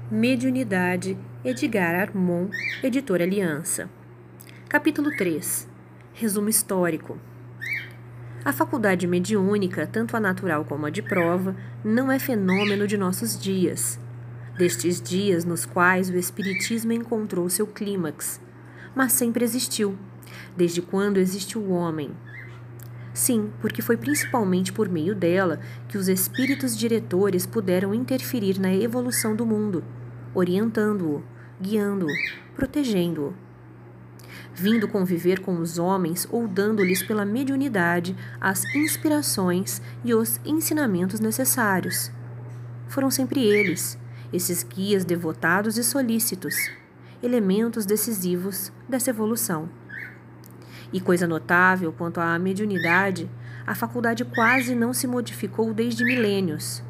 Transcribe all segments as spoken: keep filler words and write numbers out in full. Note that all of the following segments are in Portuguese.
Mediunidade, Edgar Armond, Editora Aliança. Capítulo três. Resumo histórico. A faculdade mediúnica, tanto a natural como a de prova, não é fenômeno de nossos dias. Destes dias nos quais o espiritismo encontrou seu clímax, mas sempre existiu, desde quando existe o homem. Sim, porque foi principalmente por meio dela que os espíritos diretores puderam interferir na evolução do mundo, orientando-o, guiando-o, protegendo-o. Vindo conviver com os homens ou dando-lhes pela mediunidade as inspirações e os ensinamentos necessários. Foram sempre eles, esses guias devotados e solícitos, elementos decisivos dessa evolução. E coisa notável quanto à mediunidade, a faculdade quase não se modificou desde milênios.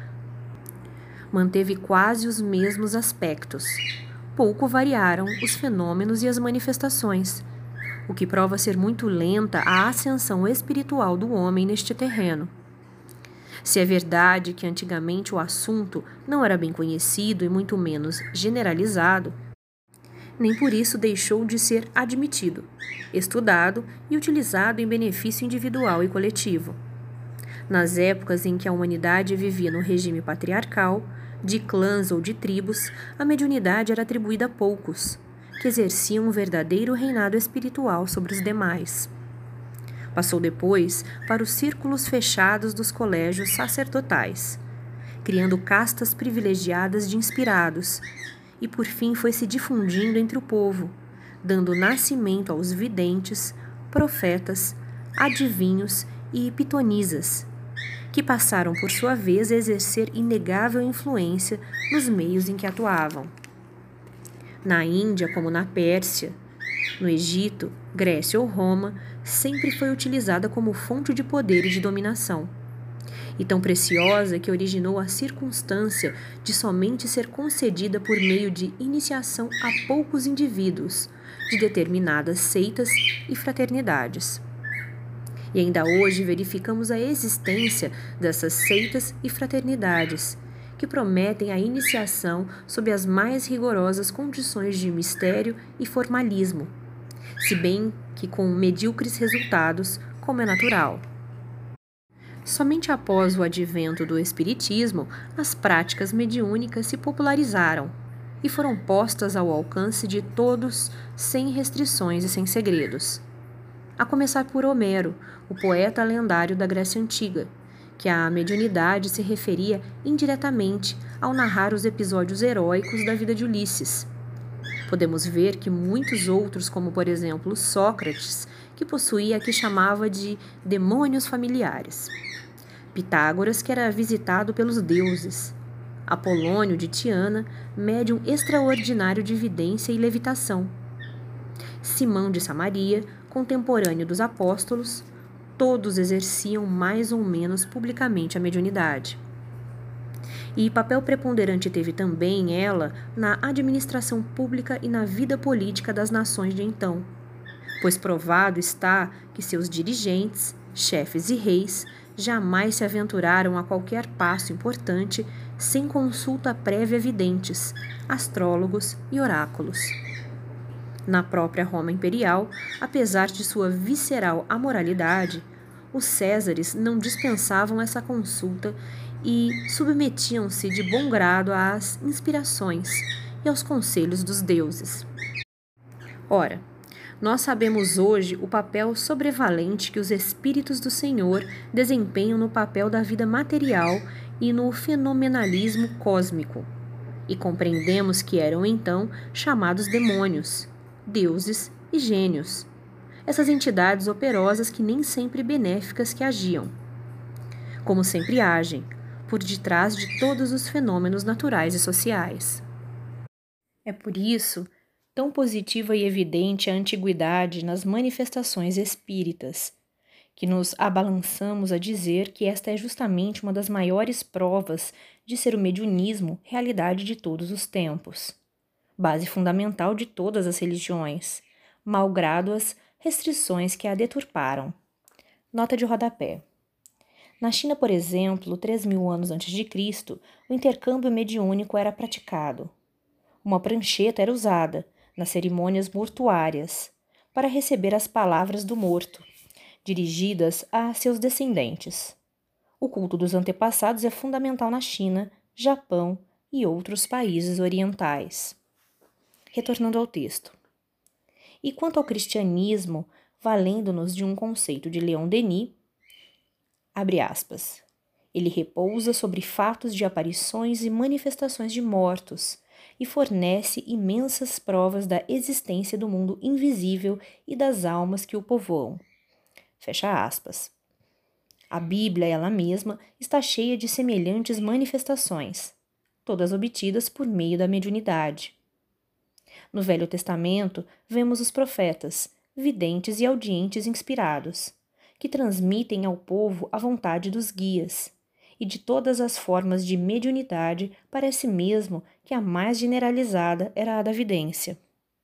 Manteve quase os mesmos aspectos. Pouco variaram os fenômenos e as manifestações, o que prova ser muito lenta a ascensão espiritual do homem neste terreno. Se é verdade que antigamente o assunto não era bem conhecido e muito menos generalizado, nem por isso deixou de ser admitido, estudado e utilizado em benefício individual e coletivo. Nas épocas em que a humanidade vivia no regime patriarcal, de clãs ou de tribos, a mediunidade era atribuída a poucos, que exerciam um verdadeiro reinado espiritual sobre os demais. Passou depois para os círculos fechados dos colégios sacerdotais, criando castas privilegiadas de inspirados, e por fim foi se difundindo entre o povo, dando nascimento aos videntes, profetas, adivinhos e pitonisas, que passaram por sua vez a exercer inegável influência nos meios em que atuavam. Na Índia, como na Pérsia, no Egito, Grécia ou Roma, sempre foi utilizada como fonte de poder e de dominação, e tão preciosa que originou a circunstância de somente ser concedida por meio de iniciação a poucos indivíduos de determinadas seitas e fraternidades. E ainda hoje verificamos a existência dessas seitas e fraternidades, que prometem a iniciação sob as mais rigorosas condições de mistério e formalismo, se bem que com medíocres resultados, como é natural. Somente após o advento do espiritismo, as práticas mediúnicas se popularizaram e foram postas ao alcance de todos sem restrições e sem segredos. A começar por Homero, o poeta lendário da Grécia Antiga, que à mediunidade se referia indiretamente ao narrar os episódios heróicos da vida de Ulisses. Podemos ver que muitos outros, como por exemplo Sócrates, que possuía a que chamava de demônios familiares. Pitágoras, que era visitado pelos deuses. Apolônio de Tiana, médium extraordinário de vidência e levitação. Simão de Samaria, contemporâneo dos apóstolos, todos exerciam mais ou menos publicamente a mediunidade. E papel preponderante teve também ela na administração pública e na vida política das nações de então, pois provado está que seus dirigentes, chefes e reis jamais se aventuraram a qualquer passo importante sem consulta prévia a videntes, astrólogos e oráculos. Na própria Roma imperial, apesar de sua visceral amoralidade, os césares não dispensavam essa consulta e submetiam-se de bom grado às inspirações e aos conselhos dos deuses. Ora, nós sabemos hoje o papel sobrevalente que os espíritos do Senhor desempenham no papel da vida material e no fenomenalismo cósmico, e compreendemos que eram então chamados demônios, deuses e gênios, essas entidades operosas que nem sempre benéficas que agiam, como sempre agem, por detrás de todos os fenômenos naturais e sociais. É por isso tão positiva e evidente a antiguidade nas manifestações espíritas, que nos abalançamos a dizer que esta é justamente uma das maiores provas de ser o mediunismo realidade de todos os tempos, base fundamental de todas as religiões, malgrado as restrições que a deturparam. Nota de rodapé. Na China, por exemplo, três mil anos antes de Cristo, o intercâmbio mediúnico era praticado. Uma prancheta era usada nas cerimônias mortuárias para receber as palavras do morto, dirigidas a seus descendentes. O culto dos antepassados é fundamental na China, Japão e outros países orientais. Retornando ao texto. E quanto ao cristianismo, valendo-nos de um conceito de Leon Denis, abre aspas, ele repousa sobre fatos de aparições e manifestações de mortos e fornece imensas provas da existência do mundo invisível e das almas que o povoam. Fecha aspas. A Bíblia, ela mesma, está cheia de semelhantes manifestações, todas obtidas por meio da mediunidade. No Velho Testamento, vemos os profetas, videntes e audientes inspirados, que transmitem ao povo a vontade dos guias, e de todas as formas de mediunidade, parece mesmo que a mais generalizada era a da vidência.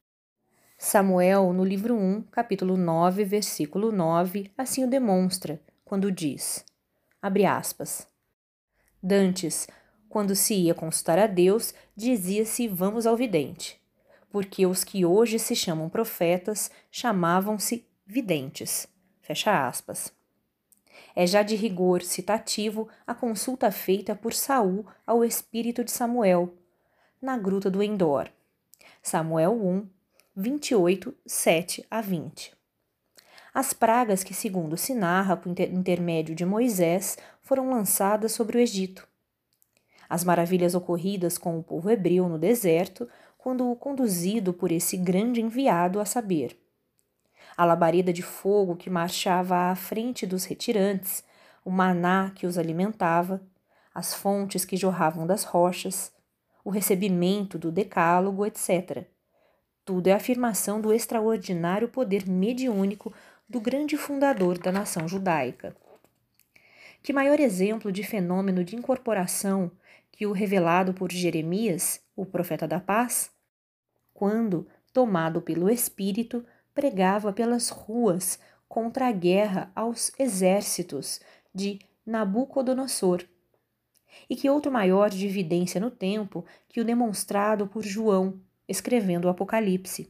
Samuel, no livro um, capítulo nove, versículo nove, assim o demonstra, quando diz, abre aspas, dantes, quando se ia consultar a Deus, dizia-se vamos ao vidente, porque os que hoje se chamam profetas chamavam-se videntes. Fecha aspas. É já de rigor citativo a consulta feita por Saul ao espírito de Samuel, na gruta do Endor. Samuel um, vinte e oito, sete a vinte. As pragas que, segundo se narra por intermédio de Moisés, foram lançadas sobre o Egito. As maravilhas ocorridas com o povo hebreu no deserto, quando conduzido por esse grande enviado, a saber, a labareda de fogo que marchava à frente dos retirantes, o maná que os alimentava, as fontes que jorravam das rochas, o recebimento do decálogo, etcétera. Tudo é afirmação do extraordinário poder mediúnico do grande fundador da nação judaica. Que maior exemplo de fenômeno de incorporação que o revelado por Jeremias, o profeta da paz, quando, tomado pelo Espírito, pregava pelas ruas contra a guerra aos exércitos de Nabucodonosor. E que outro maior de evidência no tempo que o demonstrado por João, escrevendo o Apocalipse.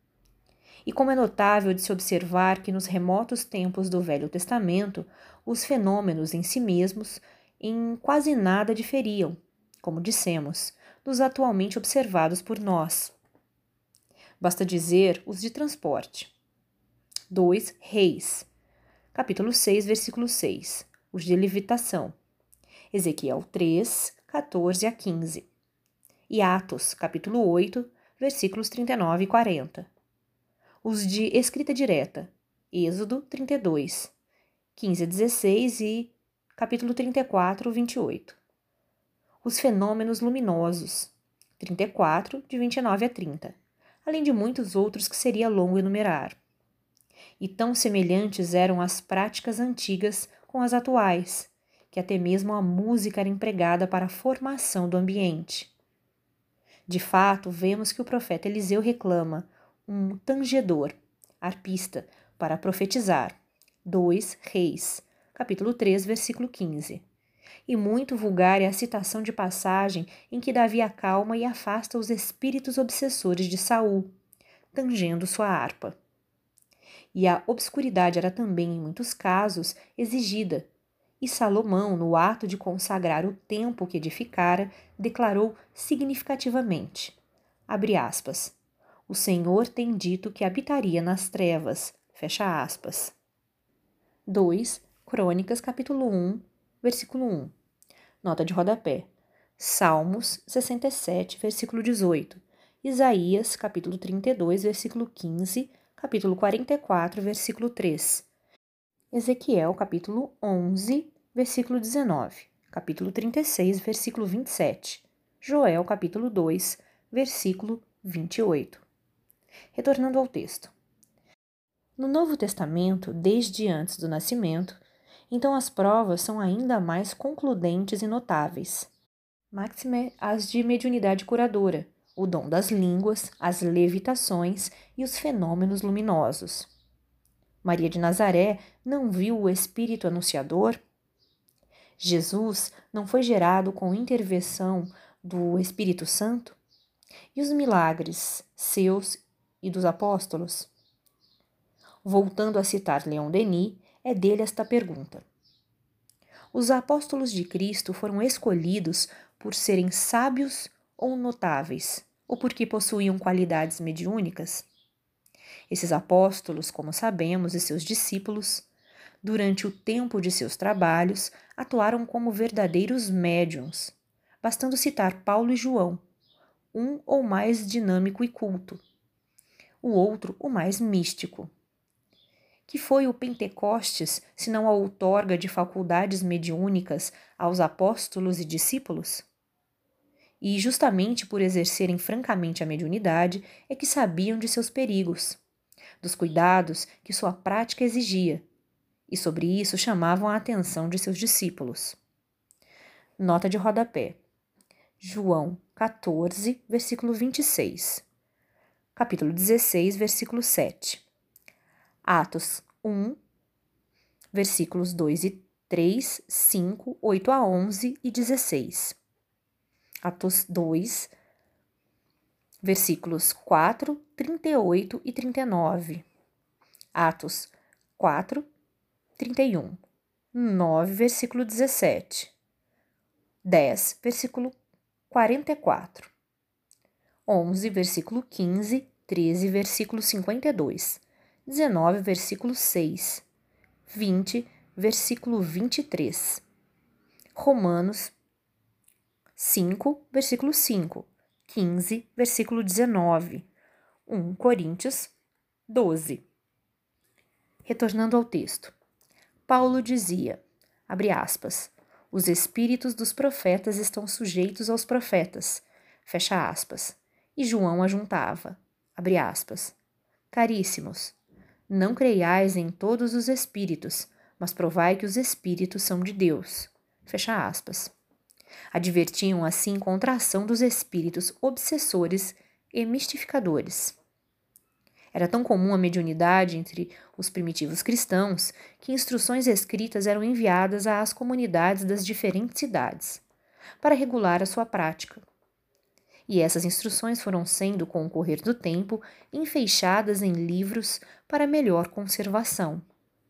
E como é notável de se observar que nos remotos tempos do Velho Testamento, os fenômenos em si mesmos em quase nada diferiam, como dissemos, dos atualmente observados por nós. Basta dizer os de transporte. dois Reis, capítulo seis, versículo seis, os de levitação. Ezequiel três, catorze a quinze. E Atos, capítulo oito, versículos trinta e nove e quarenta. Os de escrita direta, Êxodo trinta e dois, quinze a dezesseis e capítulo trinta e quatro, vinte e oito. Os fenômenos luminosos, trinta e quatro, de vinte e nove a trinta, além de muitos outros que seria longo enumerar. E tão semelhantes eram as práticas antigas com as atuais, que até mesmo a música era empregada para a formação do ambiente. De fato, vemos que o profeta Eliseu reclama um tangedor, arpista, para profetizar. dois Reis, capítulo três, versículo quinze. E muito vulgar é a citação de passagem em que Davi acalma e afasta os espíritos obsessores de Saul, tangendo sua harpa. E a obscuridade era também, em muitos casos, exigida, e Salomão, no ato de consagrar o templo que edificara, declarou significativamente, abre aspas, o Senhor tem dito que habitaria nas trevas, fecha aspas. dois Crônicas, capítulo um, versículo um. Nota de rodapé. Salmos sessenta e sete, versículo dezoito. Isaías, capítulo trinta e dois, versículo quinze, capítulo quarenta e quatro, versículo três. Ezequiel, capítulo onze, versículo dezenove. Capítulo trinta e seis, versículo vinte e sete. Joel, capítulo dois, versículo vinte e oito. Retornando ao texto. No Novo Testamento, desde antes do nascimento, então as provas são ainda mais concludentes e notáveis. Máxime as de mediunidade curadora, o dom das línguas, as levitações e os fenômenos luminosos. Maria de Nazaré não viu o Espírito Anunciador? Jesus não foi gerado com intervenção do Espírito Santo? E os milagres seus e dos apóstolos? Voltando a citar Leon Denis, é dele esta pergunta. Os apóstolos de Cristo foram escolhidos por serem sábios ou notáveis, ou porque possuíam qualidades mediúnicas? Esses apóstolos, como sabemos, e seus discípulos, durante o tempo de seus trabalhos, atuaram como verdadeiros médiuns, bastando citar Paulo e João, um ou mais dinâmico e culto, o outro o mais místico. Que foi o Pentecostes, senão a outorga de faculdades mediúnicas aos apóstolos e discípulos? E justamente por exercerem francamente a mediunidade é que sabiam de seus perigos, dos cuidados que sua prática exigia, e sobre isso chamavam a atenção de seus discípulos. Nota de rodapé. João quatorze, versículo vinte e seis. Capítulo dezesseis, versículo sete. Atos um, versículos dois e três, cinco, oito a onze e dezesseis. Atos dois, versículos quatro, trinta e oito e trinta e nove. Atos quatro, trinta e um. nove, versículo dezessete. dez, versículo quarenta e quatro. onze, versículo quinze. treze, versículo cinquenta e dois. dezenove, versículo seis. vinte, versículo vinte e três. Romanos cinco, versículo cinco. quinze, versículo dezenove. um Coríntios doze. Retornando ao texto. Paulo dizia, abre aspas, os espíritos dos profetas estão sujeitos aos profetas, fecha aspas. E João ajuntava, abre aspas, caríssimos, não creiais em todos os espíritos, mas provai que os espíritos são de Deus, fecha aspas. Advertiam assim contra a ação dos espíritos obsessores e mistificadores. Era tão comum a mediunidade entre os primitivos cristãos que instruções escritas eram enviadas às comunidades das diferentes cidades, para regular a sua prática. E essas instruções foram sendo, com o correr do tempo, enfeixadas em livros para melhor conservação.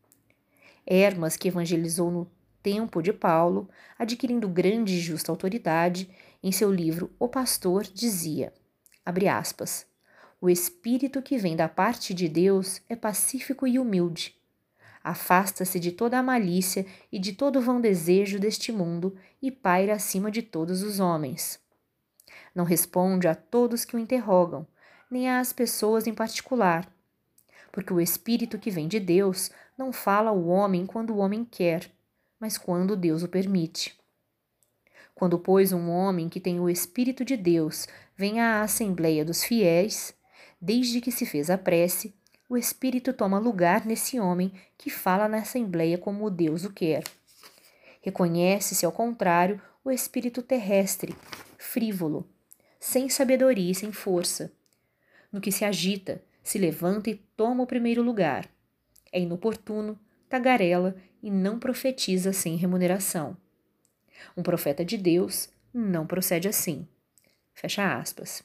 Hermas, que evangelizou no tempo de Paulo, adquirindo grande e justa autoridade, em seu livro O Pastor, dizia, abre aspas, o espírito que vem da parte de Deus é pacífico e humilde. Afasta-se de toda a malícia e de todo o vão desejo deste mundo e paira acima de todos os homens. Não responde a todos que o interrogam, nem às pessoas em particular, porque o espírito que vem de Deus não fala ao homem quando o homem quer, mas quando Deus o permite. Quando, pois, um homem que tem o Espírito de Deus vem à assembleia dos fiéis, desde que se fez a prece, o Espírito toma lugar nesse homem que fala na assembleia como Deus o quer. Reconhece-se, ao contrário, o espírito terrestre, frívolo, sem sabedoria e sem força, no que se agita, se levanta e toma o primeiro lugar. É inoportuno, tagarela e não profetiza sem remuneração. Um profeta de Deus não procede assim. Fecha aspas.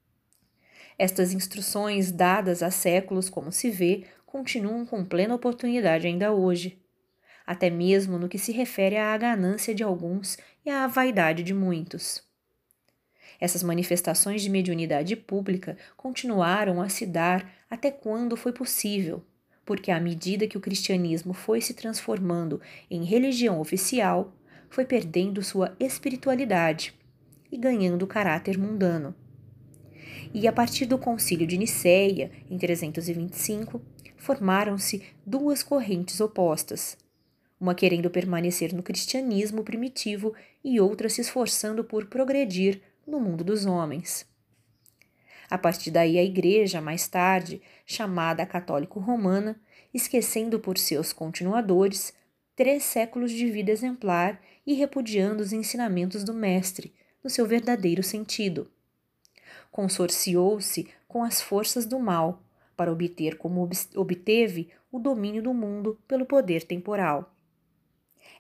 Estas instruções, dadas há séculos, como se vê, continuam com plena oportunidade ainda hoje, até mesmo no que se refere à ganância de alguns e à vaidade de muitos. Essas manifestações de mediunidade pública continuaram a se dar até quando foi possível, porque à medida que o cristianismo foi se transformando em religião oficial, foi perdendo sua espiritualidade e ganhando caráter mundano. E a partir do Concílio de Nicéia, em trezentos e vinte e cinco, formaram-se duas correntes opostas, uma querendo permanecer no cristianismo primitivo e outra se esforçando por progredir no mundo dos homens. A partir daí a Igreja, mais tarde, chamada católico-romana, esquecendo por seus continuadores três séculos de vida exemplar e repudiando os ensinamentos do Mestre, no seu verdadeiro sentido. Consorciou-se com as forças do mal, para obter como obteve o domínio do mundo pelo poder temporal.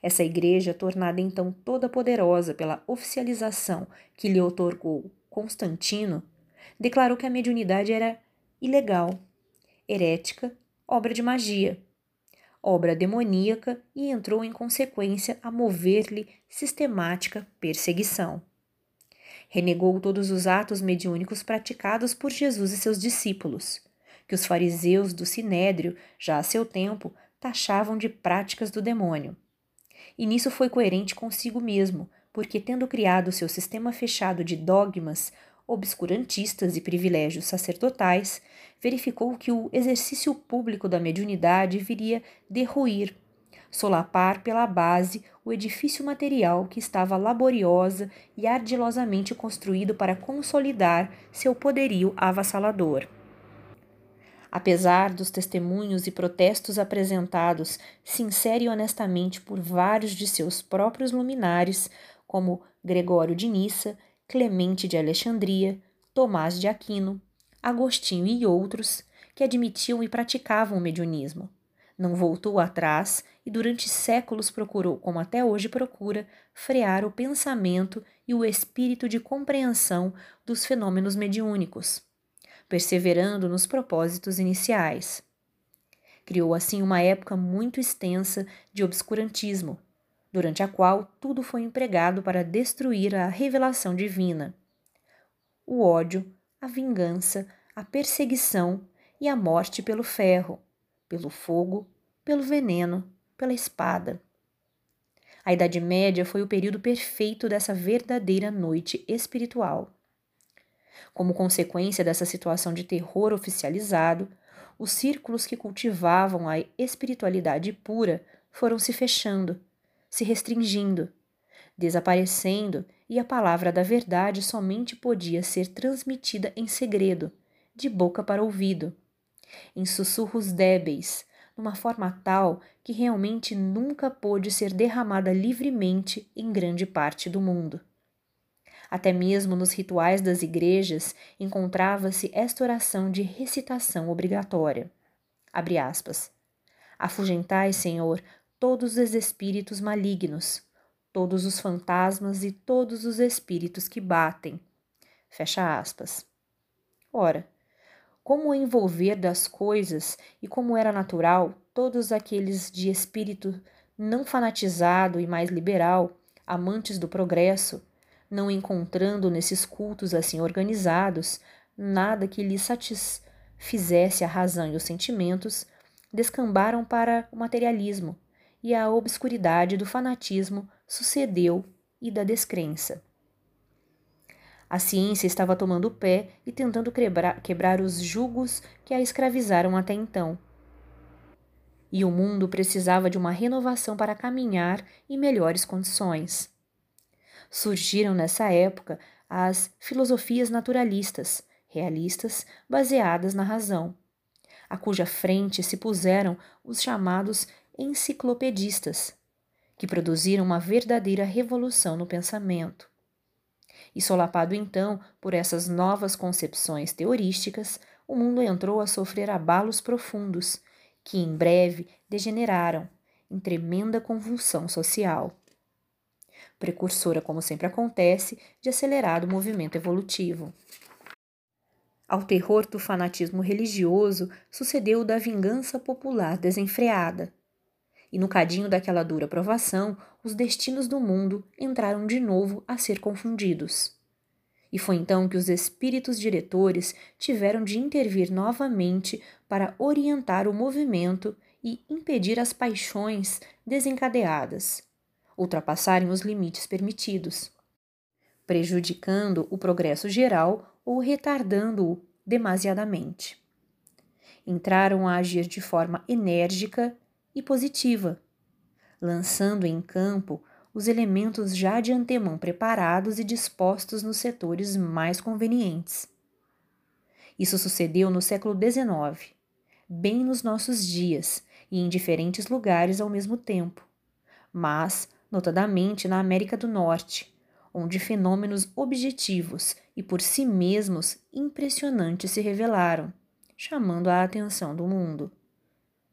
Essa igreja, tornada então toda poderosa pela oficialização que lhe outorgou Constantino, declarou que a mediunidade era ilegal, herética, obra de magia, obra demoníaca e entrou em consequência a mover-lhe sistemática perseguição. Renegou todos os atos mediúnicos praticados por Jesus e seus discípulos, que os fariseus do Sinédrio, já a seu tempo, taxavam de práticas do demônio. E nisso foi coerente consigo mesmo, porque, tendo criado seu sistema fechado de dogmas obscurantistas e privilégios sacerdotais, verificou que o exercício público da mediunidade viria derruir, solapar pela base o edifício material que estava laboriosa e ardilosamente construído para consolidar seu poderio avassalador. Apesar dos testemunhos e protestos apresentados sincera e honestamente por vários de seus próprios luminares, como Gregório de Nissa, Clemente de Alexandria, Tomás de Aquino, Agostinho e outros, que admitiam e praticavam o mediunismo, não voltou atrás e durante séculos procurou, como até hoje procura, frear o pensamento e o espírito de compreensão dos fenômenos mediúnicos, perseverando nos propósitos iniciais. Criou assim uma época muito extensa de obscurantismo, durante a qual tudo foi empregado para destruir a revelação divina. O ódio, a vingança, a perseguição e a morte pelo ferro, pelo fogo, pelo veneno, pela espada. A Idade Média foi o período perfeito dessa verdadeira noite espiritual. Como consequência dessa situação de terror oficializado, os círculos que cultivavam a espiritualidade pura foram se fechando, se restringindo, desaparecendo, e a palavra da verdade somente podia ser transmitida em segredo, de boca para ouvido, em sussurros débeis, numa forma tal que realmente nunca pôde ser derramada livremente em grande parte do mundo. Até mesmo nos rituais das igrejas encontrava-se esta oração de recitação obrigatória. Abre aspas. Afugentai, Senhor, todos os espíritos malignos, todos os fantasmas e todos os espíritos que batem. Fecha aspas. Ora, como o envolver das coisas e como era natural, todos aqueles de espírito não fanatizado e mais liberal, amantes do progresso, não encontrando nesses cultos assim organizados nada que lhes satisfizesse a razão e os sentimentos, descambaram para o materialismo, e a obscuridade do fanatismo sucedeu e da descrença. A ciência estava tomando pé e tentando quebrar, quebrar os jugos que a escravizaram até então. E o mundo precisava de uma renovação para caminhar em melhores condições. Surgiram nessa época as filosofias naturalistas, realistas, baseadas na razão, a cuja frente se puseram os chamados enciclopedistas, que produziram uma verdadeira revolução no pensamento. E solapado então por essas novas concepções teorísticas, o mundo entrou a sofrer abalos profundos, que em breve degeneraram em tremenda convulsão social, precursora, como sempre acontece, de acelerado movimento evolutivo. Ao terror do fanatismo religioso sucedeu o da vingança popular desenfreada. E no cadinho daquela dura provação, os destinos do mundo entraram de novo a ser confundidos. E foi então que os espíritos diretores tiveram de intervir novamente para orientar o movimento e impedir as paixões desencadeadas ultrapassarem os limites permitidos, prejudicando o progresso geral ou retardando-o demasiadamente. Entraram a agir de forma enérgica e positiva, lançando em campo os elementos já de antemão preparados e dispostos nos setores mais convenientes. Isso sucedeu no século dezenove, bem nos nossos dias e em diferentes lugares ao mesmo tempo, mas, notadamente na América do Norte, onde fenômenos objetivos e por si mesmos impressionantes se revelaram, chamando a atenção do mundo.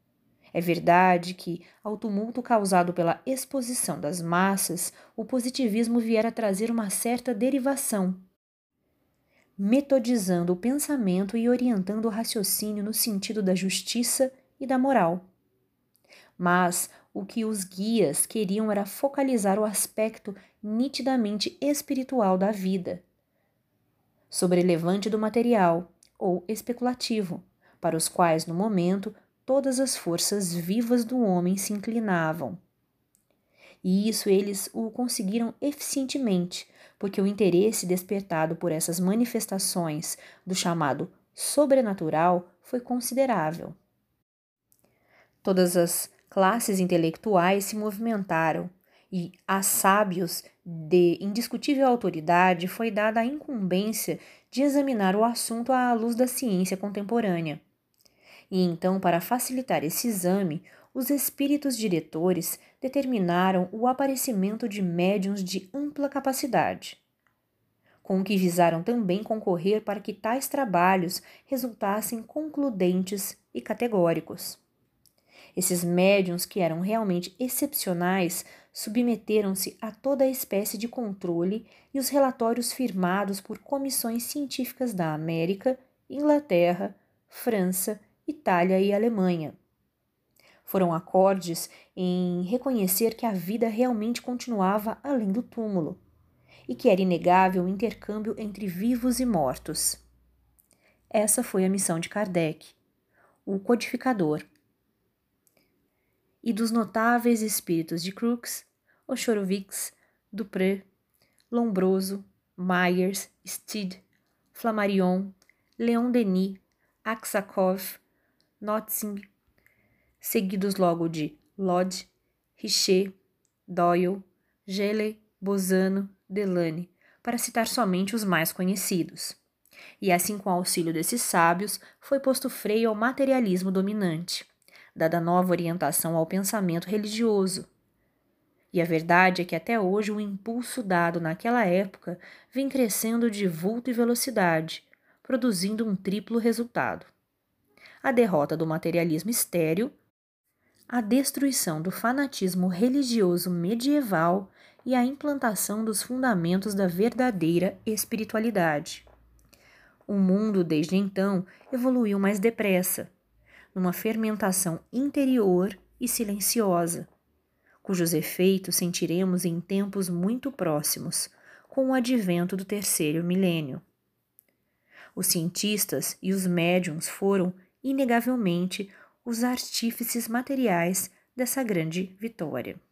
É verdade que, ao tumulto causado pela exposição das massas, o positivismo viera trazer uma certa derivação, metodizando o pensamento e orientando o raciocínio no sentido da justiça e da moral. Mas o que os guias queriam era focalizar o aspecto nitidamente espiritual da vida, sobrelevante do material ou especulativo, para os quais, no momento, todas as forças vivas do homem se inclinavam. E isso eles o conseguiram eficientemente, porque o interesse despertado por essas manifestações do chamado sobrenatural foi considerável. Todas as classes intelectuais se movimentaram e a sábios de indiscutível autoridade foi dada a incumbência de examinar o assunto à luz da ciência contemporânea. E então, para facilitar esse exame, os espíritos diretores determinaram o aparecimento de médiuns de ampla capacidade, com o que visaram também concorrer para que tais trabalhos resultassem concludentes e categóricos. Esses médiuns, que eram realmente excepcionais, submeteram-se a toda a espécie de controle e os relatórios firmados por comissões científicas da América, Inglaterra, França, Itália e Alemanha. Foram acordes em reconhecer que a vida realmente continuava além do túmulo e que era inegável o intercâmbio entre vivos e mortos. Essa foi a missão de Kardec, o codificador. E dos notáveis espíritos de Crookes, Oshorovitz, Dupré, Lombroso, Myers, Stead, Flammarion, Leon Denis, Aksakov, Notzing, seguidos logo de Lodge, Richer, Doyle, Gelley, Bosano, Delane, para citar somente os mais conhecidos. E assim, com o auxílio desses sábios, foi posto freio ao materialismo dominante, dada nova orientação ao pensamento religioso. E a verdade é que até hoje o impulso dado naquela época vem crescendo de vulto e velocidade, produzindo um triplo resultado: a derrota do materialismo estéril, a destruição do fanatismo religioso medieval e a implantação dos fundamentos da verdadeira espiritualidade. O mundo, desde então, evoluiu mais depressa, numa fermentação interior e silenciosa, cujos efeitos sentiremos em tempos muito próximos, com o advento do terceiro milênio. Os cientistas e os médiuns foram, inegavelmente, os artífices materiais dessa grande vitória.